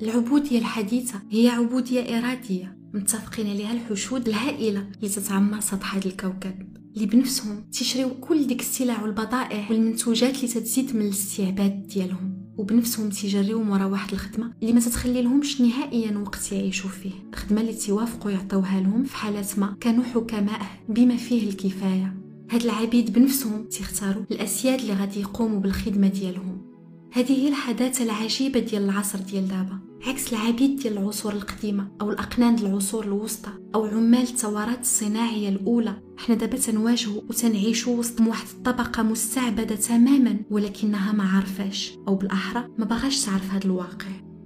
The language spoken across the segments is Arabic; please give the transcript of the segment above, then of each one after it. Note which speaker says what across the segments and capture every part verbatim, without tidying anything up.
Speaker 1: العبودية الحديثة هي عبودية إرادية متفقين عليها الحشود الهائلة اللي تتعمر سطح هذا الكوكب، اللي بنفسهم تشريو كل ديك السلع والبضائع والمنتوجات اللي تتزيد من الاستعباد ديالهم، وبنفسهم تيجريو مورا واحد الخدمه اللي ما تتخلي لهمش نهائيا وقت يعيشوا فيه، خدمه اللي تيوافقوا يعطوها لهم في حالات ما كانوا حكماء بما فيه الكفايه. هاد العبيد بنفسهم تيختاروا الاسياد اللي غادي يقوموا بالخدمه ديالهم. هذه هي الحداثه العجيبه ديال العصر ديال دابا، عكس العبيد ديال العصور القديمه او الاقنان ديال العصور الوسطى او عمال الثورات الصناعيه الاولى. احنا دابا تنواجهوا وتنعيشوا وسط واحد الطبقه مستعبده تماما ولكنها ما عارفاش، او بالاحرى ما باغاش تعرف هذا الواقع.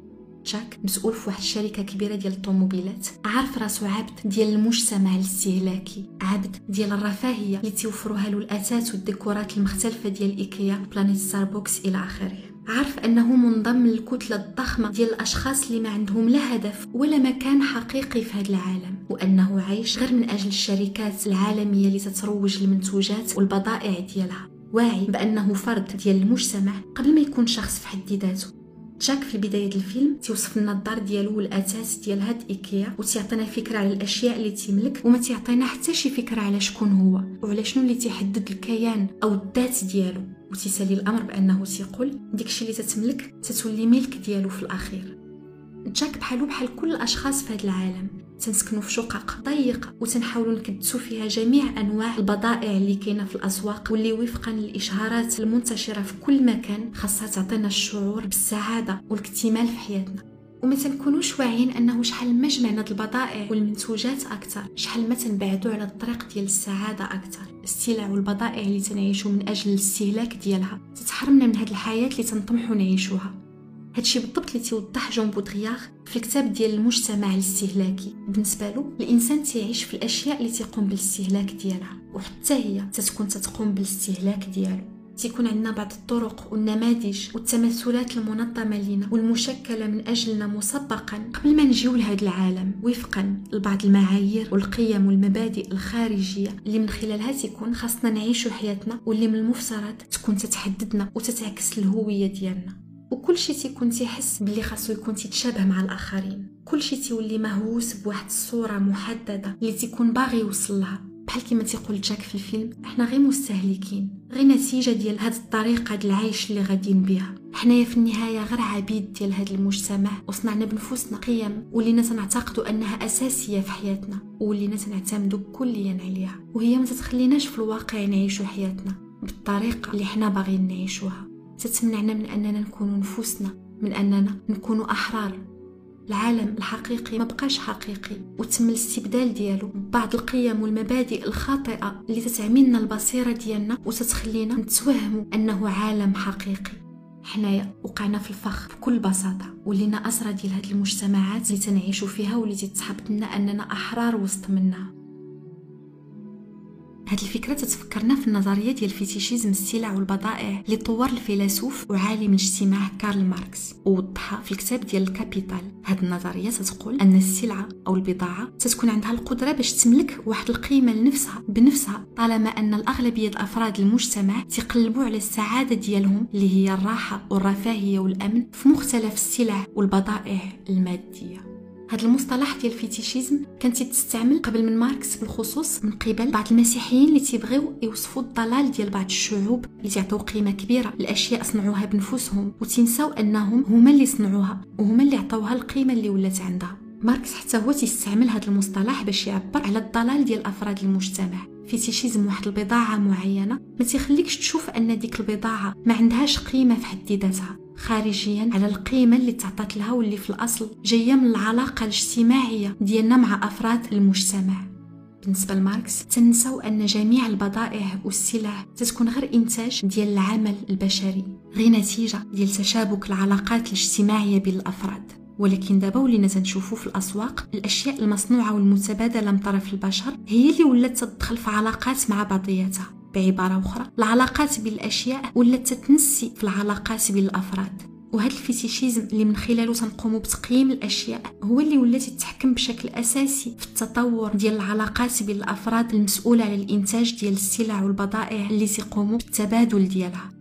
Speaker 1: جاك مسؤول في واحد الشركه كبيره ديال الطوموبيلات، عارف راسو عبد ديال المجتمع الاستهلاكي، عبد ديال الرفاهيه اللي توفروها له الاثاث والديكورات المختلفه ديال ايكيا، بلانيت ستاربوكس الى اخره. عارف انه منضم للكتله الضخمه ديال الاشخاص اللي ما عندهم لا هدف ولا مكان حقيقي في هذا العالم، وانه عايش غير من اجل الشركات العالميه اللي تتروج المنتوجات والبضائع ديالها، واعي بانه فرد ديال المجتمع قبل ما يكون شخص في حد ذاته. جاك في البدايه ديال الفيلم تيوصف لنا الدار ديالو والاساس ديال هاد ايكيا، وتيعطينا فكره على الاشياء اللي تيملك، وما تيعطينا حتى شي فكره على شكون هو وعلى شنو اللي تيحدد الكيان او الذات ديالو. وتيسالي الامر بانه تيقول داكشي اللي تتملك تتولي ملك ديالو في الاخير. جاك بحالو بحال كل الاشخاص في هذا العالم، تنسكنوا في شقق ضيقه وتنحاولوا نكدسوا فيها جميع انواع البضائع اللي كاينه في الاسواق، واللي وفقا للاشهارات المنتشره في كل مكان خاصها تعطينا الشعور بالسعاده والاكتمال في حياتنا. وما تنكونوش واعيين انه شحال ما جمعنا د البضائع والمنتوجات اكثر، شحال ما تنبعدوا على الطريق ديال السعاده اكثر. السلع والبضائع اللي تنعيشوا من اجل الاستهلاك ديالها تتحرمنا من هذه الحياه اللي تنطمحوا نعيشوها. هادشي بالضبط اللي تيوضح جون بودغياغ في الكتاب ديال المجتمع الاستهلاكي. بالنسبه له الانسان تيعيش في الاشياء اللي تيقوم بالاستهلاك ديالها، وحتى هي تتكون تتقوم بالاستهلاك ديالو. تيكون عندنا بعض الطرق والنماذج والتمثلات المنظمه لنا والمشكله من اجلنا مسبقا قبل ما نجيو لهذا العالم، وفقا لبعض المعايير والقيم والمبادئ الخارجيه اللي من خلالها تيكون خاصنا نعيشوا حياتنا، واللي من المفترض تكون تتحددنا وتتعكس الهويه ديالنا. وكل شيء تيكون تيحس باللي خاصو يكون تيتشابه مع الاخرين، كل شيء تيولي مهووس بواحد الصوره محدده اللي تيكون باغي يوصل لها. بحال كما تيقول جاك في الفيلم، احنا غير مستهلكين، غير نتيجه ديال هذه الطريقه ديال العيش اللي غاديين بها. حنايا في النهايه غير عبيد ديال هذا المجتمع، وصنعنا بنفوسنا قيم ولينا تنعتقدوا انها اساسيه في حياتنا، ولينا تنعتمدوا كليا عليها، وهي ما تتخليناش في الواقع نعيشوا حياتنا بالطريقه اللي حنا باغيين نعيشوها. تتمنعنا من اننا نكونوا نفوسنا، من اننا نكونوا احرار. العالم الحقيقي ما بقاش حقيقي، وتم الاستبدال ديالو ببعض القيم والمبادئ الخاطئه اللي تتعملنا البصيره ديالنا وتتخلينا نتوهموا انه عالم حقيقي. حنايا وقعنا في الفخ بكل بساطه، ولينا اسرى ديال هذه المجتمعات اللي تنعيشوا فيها واللي تتحبط لنا اننا احرار وسط منها. هذه الفكره تتفكرنا في النظريه ديال الفيتيشيزم السلع والبضائع اللي طور الفيلسوف وعالم الاجتماع كارل ماركس، ووضحها في الكتاب ديال الكابيتال. هذه النظريه تتقول ان السلعه او البضاعه تتكون عندها القدره باش تملك واحد القيمه لنفسها بنفسها، طالما ان الاغلبيه الافراد المجتمع تيقلبوا على السعاده ديالهم اللي هي الراحه والرفاهيه والامن في مختلف السلع والبضائع الماديه. هذا المصطلح ديال الفيتيشيزم كانت تستعمل قبل من ماركس بالخصوص من قبل بعض المسيحيين اللي تيبغيو يوصفوا الضلال ديال بعض الشعوب اللي تعطوا قيمه كبيره لاشياء صنعوها بنفسهم، وتنساو انهم هما اللي صنعوها وهما اللي عطاوها القيمه اللي ولات عندها. ماركس حتى هو تيستعمل هذا المصطلح باش يعبر على الضلال ديال افراد المجتمع. فيتيشيزم واحد البضاعه معينه ما تيخليكش تشوف ان ديك البضاعه ما عندهاش قيمه في حد ذاتها، خارجيا على القيمه اللي تعطات لها واللي في الاصل جايه من العلاقه الاجتماعيه ديالنا مع افراد المجتمع. بالنسبه لماركس تنساو ان جميع البضائع والسلع تتكون غير انتاج ديال العمل البشري، غير نتيجه ديال تشابك العلاقات الاجتماعيه بين الافراد. ولكن دابا ولينا تنشوفوا في الاسواق الاشياء المصنوعه والمتبادله من طرف البشر هي اللي ولات تدخل في علاقات مع بعضياتها. بعباره اخرى العلاقات بين الاشياء ولات تتنسي في العلاقات بين الافراد. وهذا الفيتيشيزم اللي من خلاله تنقوموا بتقييم الاشياء هو اللي ولات يتحكم بشكل اساسي في التطور ديال العلاقات بين الافراد المسؤوله على الانتاج ديال السلع والبضائع اللي تيقوموا بالتبادل ديالها.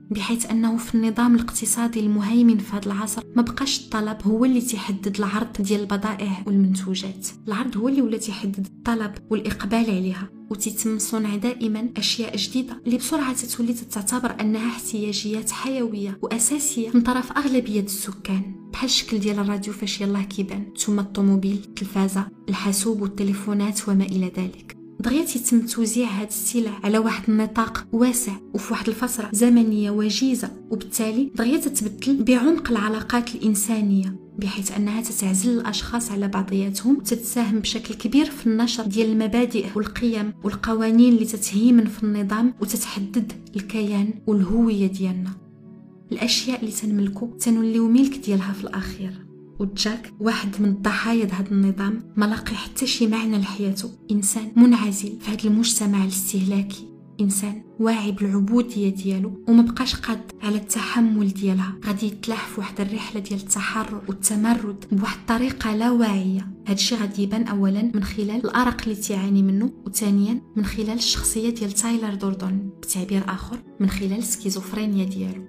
Speaker 1: بحيث أنه في النظام الاقتصادي المهيمن في هذا العصر ما بقاش الطلب هو اللي تيحدد العرض ديال البضائع والمنتوجات. العرض هو اللي ولا تيحدد الطلب والإقبال عليها، وتتم صنع دائما أشياء جديدة اللي بسرعة تتولي تعتبر أنها احتياجيات حيوية وأساسية من طرف أغلبية السكان، بحال الشكل ديال الراديو فاش يلاه كيبان، ثم الطوموبيل، التلفازة، الحاسوب والتليفونات وما إلى ذلك. دغيا يتم توزيع هذا السلع على واحد النطاق واسع وفي واحد الفترة زمنية وجيزة، وبالتالي دغيا تتبدل بعمق العلاقات الإنسانية، بحيث أنها تتعزل الأشخاص على بعضياتهم وتتساهم بشكل كبير في النشر ديال المبادئ والقيم والقوانين اللي تتهيمن في النظام وتتحدد الكيان والهوية ديالنا. الأشياء اللي تنملكو تنوليو ملك ديالها في الأخير. وجاك واحد من الضحايا هذا النظام ما لاقي حتى شي معنى لحياته، انسان منعزل في هذا المجتمع الاستهلاكي، انسان واعي بالعبوديه ديالو وما بقاش قاد على التحمل ديالها، غادي يتلاح في واحد الرحله ديال التحرر والتمرد بواحد الطريقه لا واعيه. هادشي غادي يبان اولا من خلال الارق اللي تيعاني منه، وثانيا من خلال الشخصيه ديال تايلر دوردون، بتعبير اخر من خلال السكيزوفرينيا ديالو.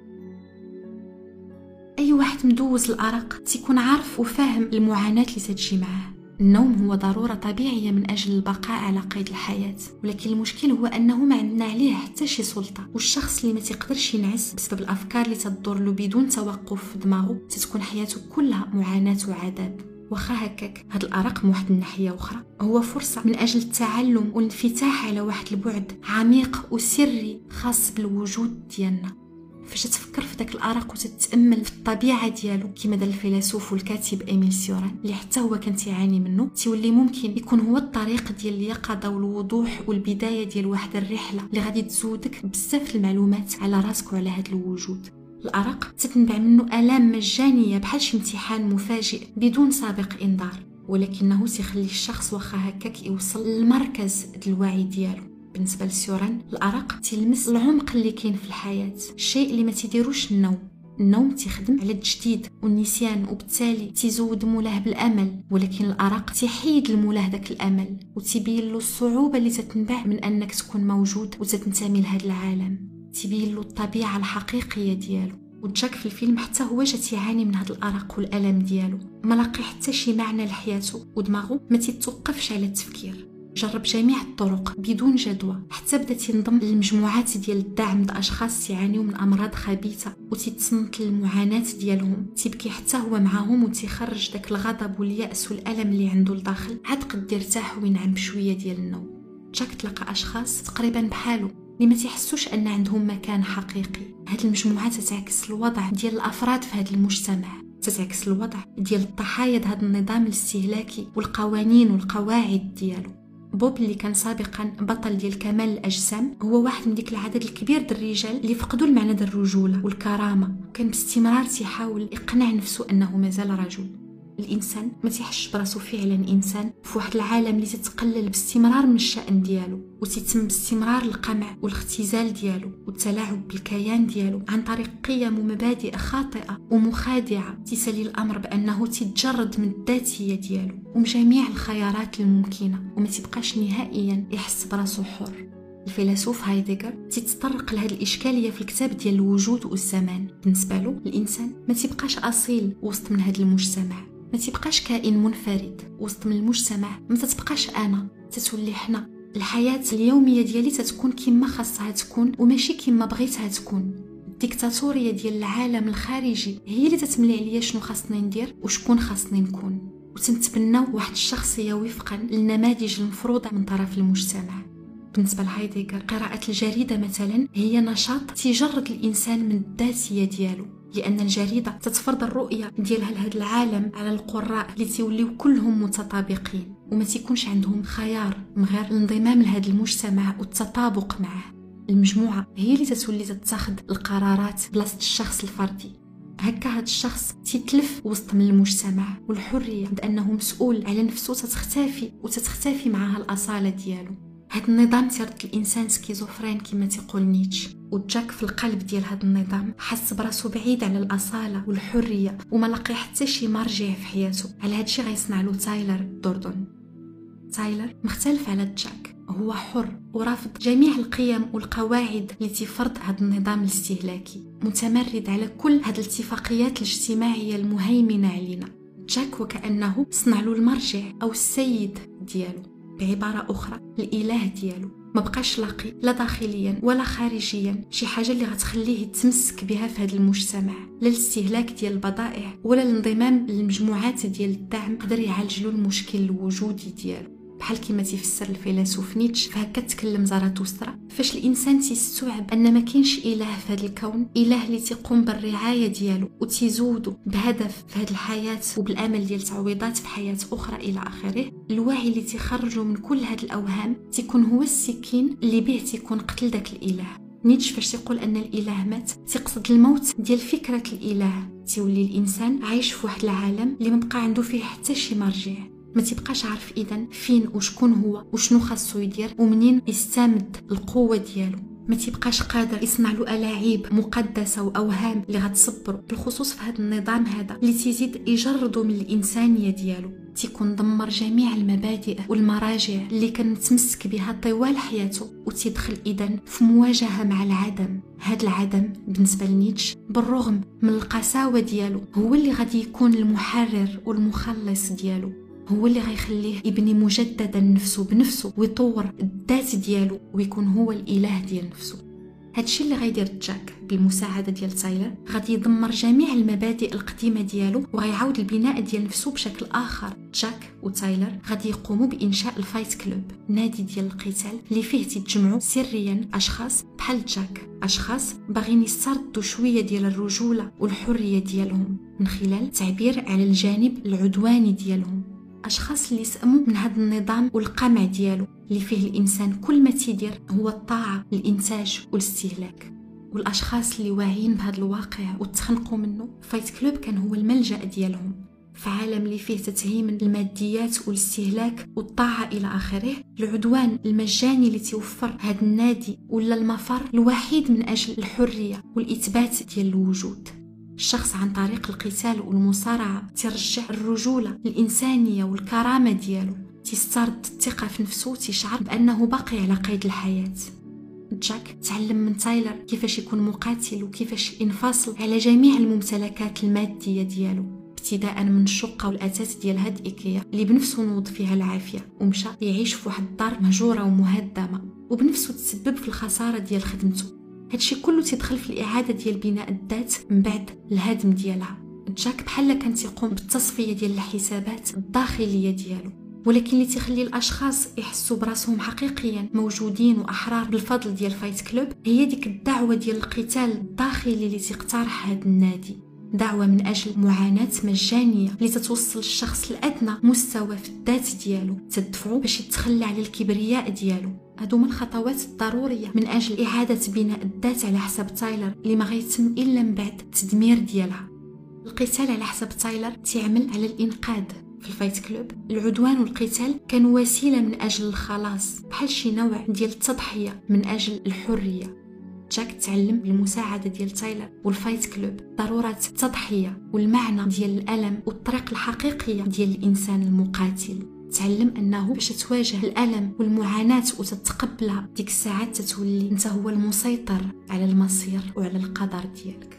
Speaker 1: أي واحد مدوز الأرق تيكون عارف وفاهم المعاناة اللي تتجي معاه. النوم هو ضرورة طبيعية من أجل البقاء على قيد الحياة، ولكن المشكل هو أنه ما عندنا عليه حتى شي سلطة، والشخص اللي ما تيقدرش ينعس بسبب الأفكار اللي تدور له بدون توقف في دماغه تتكون حياته كلها معاناة وعذاب. وخا هكاك هاد الأرق من واحد الناحية أخرى هو فرصة من أجل التعلم والانفتاح على واحد البعد عميق وسري خاص بالوجود ديالنا. فاش تفكر في داك الأرق وتتأمل في الطبيعة ديالو كما دار الفيلسوف والكاتب إيميل سيوران اللي حتى هو كان تيعاني منه، تيولي ممكن يكون هو الطريق ديال اليقظة والوضوح والبداية ديال واحد الرحلة اللي غادي تزودك بزاف المعلومات على راسك وعلى هذا الوجود. الأرق تتنبع منه آلام مجانية بحال شي امتحان مفاجئ بدون سابق إنذار، ولكنه تيخلي الشخص واخا هكاك يوصل للمركز ديال الوعي ديالو. بالنسبه لسيوران الأرق تلمس العمق اللي كاين في الحياه، الشيء اللي ما تيديروش النوم. النوم تيخدم على التجديد والنسيان وبالتالي تيزود مولاه بالامل، ولكن الأرق تيحيد المولاه داك الامل وتبين له الصعوبه اللي تتنبع من انك تكون موجود وتتنتمي لهذا العالم، تبين له الطبيعه الحقيقيه ديالو. وجاك في الفيلم حتى هو جا تيعاني من هذا الأرق والالم ديالو، ما لاقي حتى شي معنى لحياته ودماغه ما تيتوقفش على التفكير. جرب جميع الطرق بدون جدوى حتى بدا تنضم للمجموعات ديال الدعم د اشخاص يعانيو من امراض خبيثه وتتصنت للمعاناه ديالهم، تيبكي حتى هو معاهم وتيخرج داك الغضب والياس والالم اللي عنده لداخل عاد قد يرتاح وينعم بشويه ديال النوم. جاك تلقى اشخاص تقريبا بحالو اللي ما تيحسوش ان عندهم مكان حقيقي. هاد المجموعات تتعكس الوضع ديال الافراد في هذا المجتمع، تتعكس الوضع ديال الضحايا د هذا النظام الاستهلاكي والقوانين والقواعد ديالو. بوب اللي كان سابقا بطل ديال كمال الأجسام هو واحد من ديك العدد الكبير ديال الرجال اللي فقدوا المعنى ديال الرجولة والكرامة، وكان باستمرار تيحاول يقنع نفسه أنه مازال رجل. الإنسان ما تيحش براسو فعلا إنسان في واحد العالم اللي تتقلل باستمرار من الشأن ديالو وتتم باستمرار القمع والاختزال ديالو والتلاعب بالكيان ديالو عن طريق قيم ومبادئ خاطئة ومخادعة تسالي الأمر بأنه تتجرد من الذاتية ديالو ومن جميع الخيارات الممكنة وما تبقاش نهائيا يحس براسو حر. الفيلسوف هايدغر تتطرق لهذه الإشكالية في الكتاب ديال الوجود والزمان. بالنسبة له الإنسان ما تبقاش أصيل وسط من هذا المجتمع، ما تبقاش كائن منفرد وسط من المجتمع، ما تتبقاش انا، تتولي حنا. الحياه اليوميه ديالي تتكون كما خاصها تكون وماشي كما بغيتها تكون. الديكتاتوريه ديال العالم الخارجي هي اللي تتملي عليا شنو خاصني ندير وشكون خاصني نكون، وتنتبناو واحد الشخصيه وفقا للنماذج المفروضه من طرف المجتمع. بالنسبه لهايدغر قراءه الجريده مثلا هي نشاط تجرد الانسان من الذاتيه ديالو، لأن الجريدة تتفرض الرؤية ديالها لهذا العالم على القراء اللي تيوليو كلهم متطابقين وما تيكونش عندهم خيار من غير الانضمام لهذا المجتمع والتطابق معه. المجموعة هي اللي تتولي تتخذ القرارات بلاصة الشخص الفردي. هكا هذا الشخص تتلف وسط من المجتمع، والحرية بأنه مسؤول على نفسه تتختفي وتتختفي معها الأصالة ديالو. هذا النظام تيرد الانسان سكيزوفرين كما تيقول نيتشه، وجاك في القلب ديال هذا النظام حس براسو بعيد على الاصاله والحريه وما لقى حتى شي مرجع في حياته. على هادشي غيصنع له تايلر دوردون. تايلر مختلف على جاك، هو حر ورافض جميع القيم والقواعد اللي تفرض هذا النظام الاستهلاكي، متمرد على كل هذه الاتفاقيات الاجتماعية المهيمنة علينا. جاك وكأنه صنع له المرجع أو السيد ديالو، بعبارة أخرى الإله ديالو. ما بقاش لاقي لا داخليا ولا خارجيا شي حاجة اللي غتخليه يتمسك بها في هذا المجتمع، لا الاستهلاك ديال البضائع ولا الانضمام للمجموعات ديال الدعم قدر يعالج له المشكل الوجودي ديالو. بحال كما تيفسر الفيلسوف نيتشه، فهكا تكلم زراتوسترا فاش الانسان تيستوعب ان ما كاينش اله في هذا الكون، اله اللي تيقوم بالرعايه ديالو وتيزودو بهدف في هذه الحياه وبالامل ديال تعويضات في حياه اخرى الى اخره. الوعي اللي تيخرجوا من كل هذه الاوهام تيكون هو السكين اللي به تيكون قتل داك الاله. نيتشه فاش يقول ان الاله مات تيقصد الموت ديال فكره الاله، تيولي الانسان عايش في واحد العالم اللي ما بقى عنده فيه حتى شي مرجع، ما تيبقاش عارف اذا فين وشكون هو وشنو خاصو يدير ومنين يستمد القوه ديالو. ما تيبقاش قادر يصنع له الاعيب مقدسه واوهام اللي غتصبروا، بالخصوص في هذا النظام هذا اللي تيزيد يجردو من الانسانيه ديالو. تيكون دمر جميع المبادئ والمراجع اللي كان متمسك بها طوال حياته، وتيدخل اذا في مواجهه مع العدم. هذا العدم بالنسبه لنيتشه بالرغم من القساوه ديالو هو اللي غادي يكون المحرر والمخلص ديالو، هو اللي غيخليه يبني مجددا نفسه بنفسه ويطور الذات ديالو ويكون هو الاله ديال نفسه. هادشي اللي غيدير جاك بالمساعده ديال تايلر، غادي يدمر جميع المبادئ القديمه ديالو وغيعاود البناء ديال نفسه بشكل اخر. جاك وتايلر غادي يقوموا بانشاء الفايت كلوب، نادي ديال القتال اللي فيه تيتجمعوا سريا اشخاص بحال جاك، اشخاص باغيين يستردوا شويه ديال الرجوله والحريه ديالهم من خلال التعبير على الجانب العدواني ديالهم، اشخاص اللي سأموا من هذا النظام والقمع ديالو اللي فيه الانسان كل ما تيدير هو الطاعه للانتاج والاستهلاك. والاشخاص اللي واعيين بهذا الواقع وتخنقوا منه، فايت كلوب كان هو الملجأ ديالهم في عالم اللي فيه تتهيم الماديات والاستهلاك والطاعه الى اخره. العدوان المجاني اللي توفر هذا النادي ولا المفر الوحيد من اجل الحريه والاثبات ديال الوجود. الشخص عن طريق القتال والمصارعة ترجع الرجولة الإنسانية والكرامة ديالو، تسترد الثقة في نفسه، تشعر بأنه باقي على قيد الحياة. جاك تعلم من تايلر كيفاش يكون مقاتل وكيفاش ينفصل على جميع الممتلكات المادية ديالو، ابتداء من الشقة والأثاث ديال هاد إيكيا اللي بنفسه نوض فيها العافية ومشى يعيش في واحد الدار مهجورة ومهدمة، وبنفسه تسبب في الخسارة ديال خدمته. هادشي كله تيدخل في الاعاده ديال بناء الذات من بعد الهدم ديالها. جاك بحال كان تيقوم بالتصفيه ديال الحسابات الداخليه ديالو، ولكن اللي تيخلي الاشخاص يحسوا براسهم حقيقيا موجودين واحرار بالفضل ديال فايت كلوب هي ديك الدعوه ديال القتال الداخلي اللي تقترح هذا النادي، دعوه من اجل معاناه مجانيه اللي تتوصل الشخص لادنى مستوى في الذات ديالو، تدفعو باش يتخلى على الكبرياء ديالو. هادو من الخطوات الضروريه من اجل اعاده بناء الذات على حساب تايلر اللي ما غيتم الا من بعد التدمير ديالها. القتال على حساب تايلر تعمل على الانقاذ. في الفايت كلوب العدوان والقتال كانوا وسيله من اجل الخلاص، بحال شي نوع ديال التضحيه من اجل الحريه. جاك تعلم بالمساعده ديال تايلر والفايت كلوب ضروره التضحيه والمعنى ديال الالم والطريق الحقيقيه ديال الانسان المقاتل. تعلم انه باش تواجه الالم والمعاناه وتتقبلها ديك الساعات تتولي انت هو المسيطر على المصير وعلى القدر ديالك.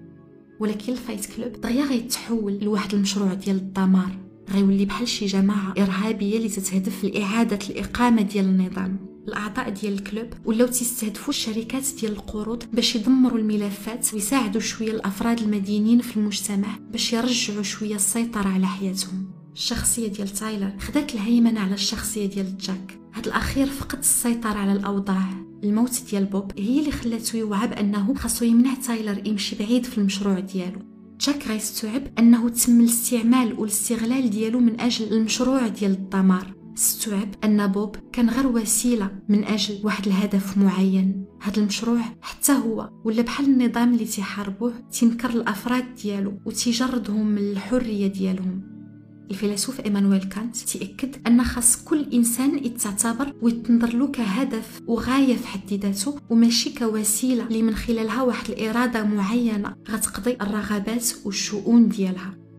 Speaker 1: ولكن الفايت كلوب دغيا غيتحول لواحد المشروع ديال الدمار، غيولي بحال شي جماعه ارهابيه اللي تتهدف لاعاده الاقامه ديال النظام. الاعضاء ديال الكلوب ولاو تيستهدفوا الشركات ديال القروض باش يدمروا الملفات ويساعدوا شويه الافراد المدينين في المجتمع باش يرجعوا شويه السيطره على حياتهم. الشخصيه ديال تايلر خدات الهيمنه على الشخصيه ديال جاك، هاد الاخير فقد السيطره على الاوضاع. الموت ديال بوب هي اللي خلاته يوعى بانه خاصو يمنع تايلر يمشي بعيد في المشروع ديالو. جاك غيستوعب انه تم الاستعمال والاستغلال ديالو من اجل المشروع ديال الدمار، استوعب ان بوب كان غير وسيله من اجل واحد الهدف معين. هذا المشروع حتى هو ولا بحال النظام اللي تيحاربوه تنكر الافراد ديالو وتجردهم من الحريه ديالهم. الفيلسوف ايمانويل كانت تأكد ان خاص كل انسان يتعتبر ويتنظر له كهدف وغايه في حد ذاته وماشي كوسيله اللي من خلالها واحد الاراده معينه غتقضي الرغبات والشؤون ديالها.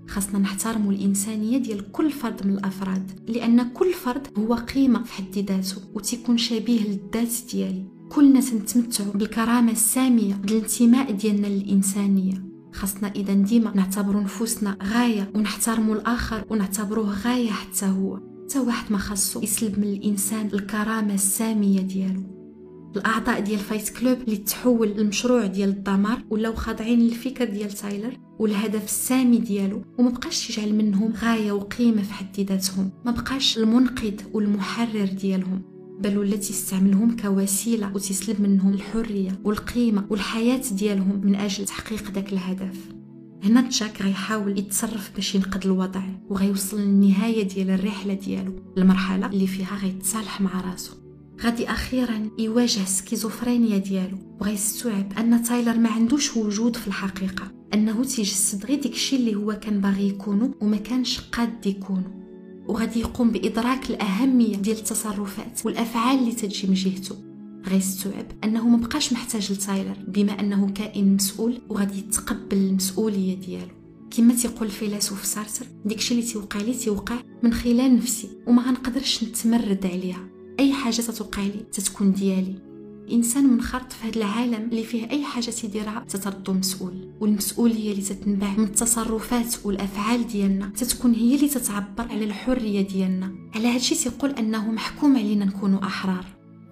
Speaker 1: خاصنا نحترموا الإنسانية ديال كل فرد من الأفراد، لأن كل فرد هو قيمة في حد ذاته وتيكون شبيه للذات ديالي. كلنا تنتمتعوا بالكرامة السامية ديال الانتماء ديالنا للإنسانية. خاصنا إذا ديما نعتبروا نفوسنا غاية ونحترموا الآخر ونعتبروه غاية حتى هو. حتى واحد ما خاصو يسلب من الإنسان الكرامة السامية ديالو. الأعضاء ديال فايت كلوب اللي تحول المشروع ديال الدمار ولاو خاضعين للفكر ديال تايلر والهدف السامي ديالو، وما بقاش يجعل منهم غاية وقيمة في حد ذاتهم، ما بقاش المنقذ والمحرر ديالهم، بل ولا تستعملهم كوسيلة وتسلب منهم الحرية والقيمة والحياة ديالهم من أجل تحقيق ذاك الهدف. هنا جاك غيحاول يتصرف باش ينقذ الوضع وغيوصل للنهاية ديال الرحلة ديالو، المرحلة اللي فيها غيتصالح مع راسه. غادي أخيرا يواجه السكيزوفرينيا ديالو وغيستوعب أن تايلر ما عندوش وجود في الحقيقة، أنه تيجسد غير داكشي اللي هو كان باغي يكونه وما كانش قاد يكونه. وغادي يقوم بإدراك الأهمية ديال التصرفات والأفعال اللي تجي من جهته. غيستوعب أنه ما بقاش محتاج لتايلر بما أنه كائن مسؤول، وغادي يتقبل المسؤولية ديالو. كما تيقول الفيلسوف سارتر، داكشي اللي تيوقع لي تيوقع من خلال نفسي وما غنقدرش نتمرد عليها. اي حاجه تتوقع لي تتكون ديالي. الانسان منخرط في هذا العالم اللي فيه اي حاجه تيديرها تتردو مسؤول، والمسؤوليه اللي تتنبع من التصرفات والافعال ديالنا تتكون هي اللي تتعبر على الحريه ديالنا. على هادشي تيقول انه محكوم علينا نكونوا احرار.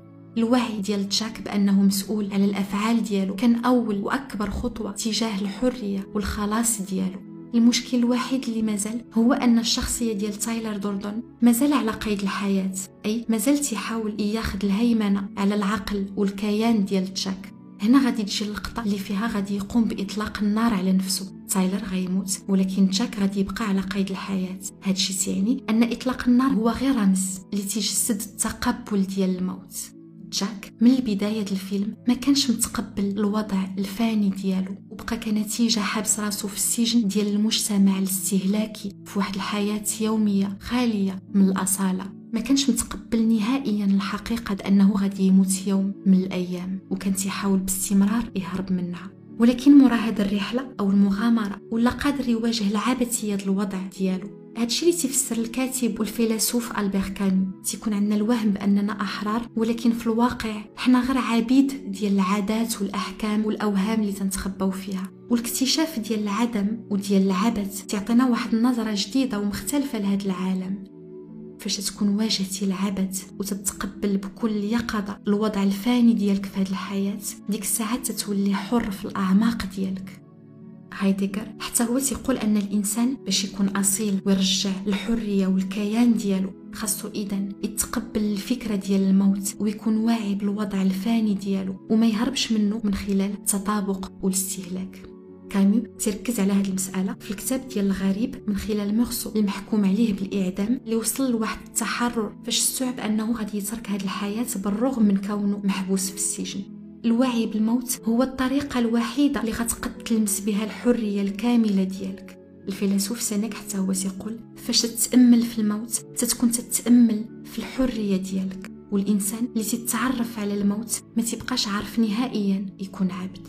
Speaker 1: الوعي ديال جاك بانه مسؤول على الافعال ديالو كان اول واكبر خطوه تجاه الحريه والخلاص ديالو. المشكل الوحيد اللي مازال هو أن الشخصية ديال تايلر دوردون مازال على قيد الحياة، أي مازال تيحاول ياخذ الهيمنة على العقل والكيان ديال جاك. هنا غادي تجي اللقطة اللي فيها غادي يقوم بإطلاق النار على نفسه. تايلر غيموت ولكن جاك غادي يبقى على قيد الحياة. هادشي تعني أن إطلاق النار هو غير رمز اللي تيجسد التقبل ديال الموت. جاك من البداية ديال الفيلم ما كانش متقبل الوضع الفاني ديالو، وبقى كنتيجة حبس راسو في السجن ديال المجتمع الاستهلاكي في واحد الحياة يومية خالية من الأصالة. ما كانش متقبل نهائيا الحقيقة أنه غادي يموت يوم من الأيام، وكان تيحاول باستمرار يهرب منها. ولكن مرا هاد الرحلة أو المغامرة ولا قادر يواجه العبثية ديال الوضع ديالو. هادشي اللي تفسر الكاتب والفيلسوف ألبير كامي. تيكون عندنا الوهم بأننا أحرار، ولكن في الواقع حنا غير عبيد ديال العادات والأحكام والأوهام اللي تنتخباو فيها. والاكتشاف ديال العدم وديال العبث تعطينا واحد النظرة جديدة ومختلفة لهذا العالم. فاش تكون واجهتي العبث وتتقبل بكل يقظة الوضع الفاني ديالك في هذه الحياة، ديك الساعات تتولي حر في الأعماق ديالك. هايديغر حتى هو تيقول أن الإنسان باش يكون أصيل ويرجع الحرية والكيان ديالو خاصو إذن يتقبل الفكرة ديال الموت ويكون واعي بالوضع الفاني ديالو وما يهربش منه من خلال التطابق والاستهلاك. كاميو تركز على هذه المسألة في الكتاب ديال الغريب من خلال ميرسو المحكوم عليه بالإعدام، اللي وصل لواحد التحرر فاش استوعب أنه غادي يترك هذه الحياة بالرغم من كونه محبوس في السجن. الوعي بالموت هو الطريقة الوحيدة اللي غتقد تلمس بها الحرية الكاملة ديالك. الفيلسوف سينيك حتى هو يقول فاش تتأمل في الموت تتكون تتأمل في الحرية ديالك، والإنسان اللي تتعرف على الموت ما تبقاش عارف نهائيا يكون عبد.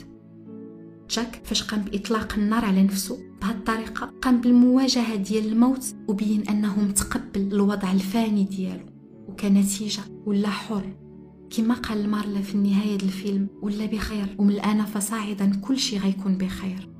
Speaker 1: جاك فاش قام بإطلاق النار على نفسه بهذه الطريقة قام بالمواجهة ديال الموت وبين أنه متقبل الوضع الفاني ديالو، وكنتيجة ولا حر. كما قال مارلا في النهاية الفيلم ولا بخير ومن الآن فصاعدا كل شيء غيكون بخير.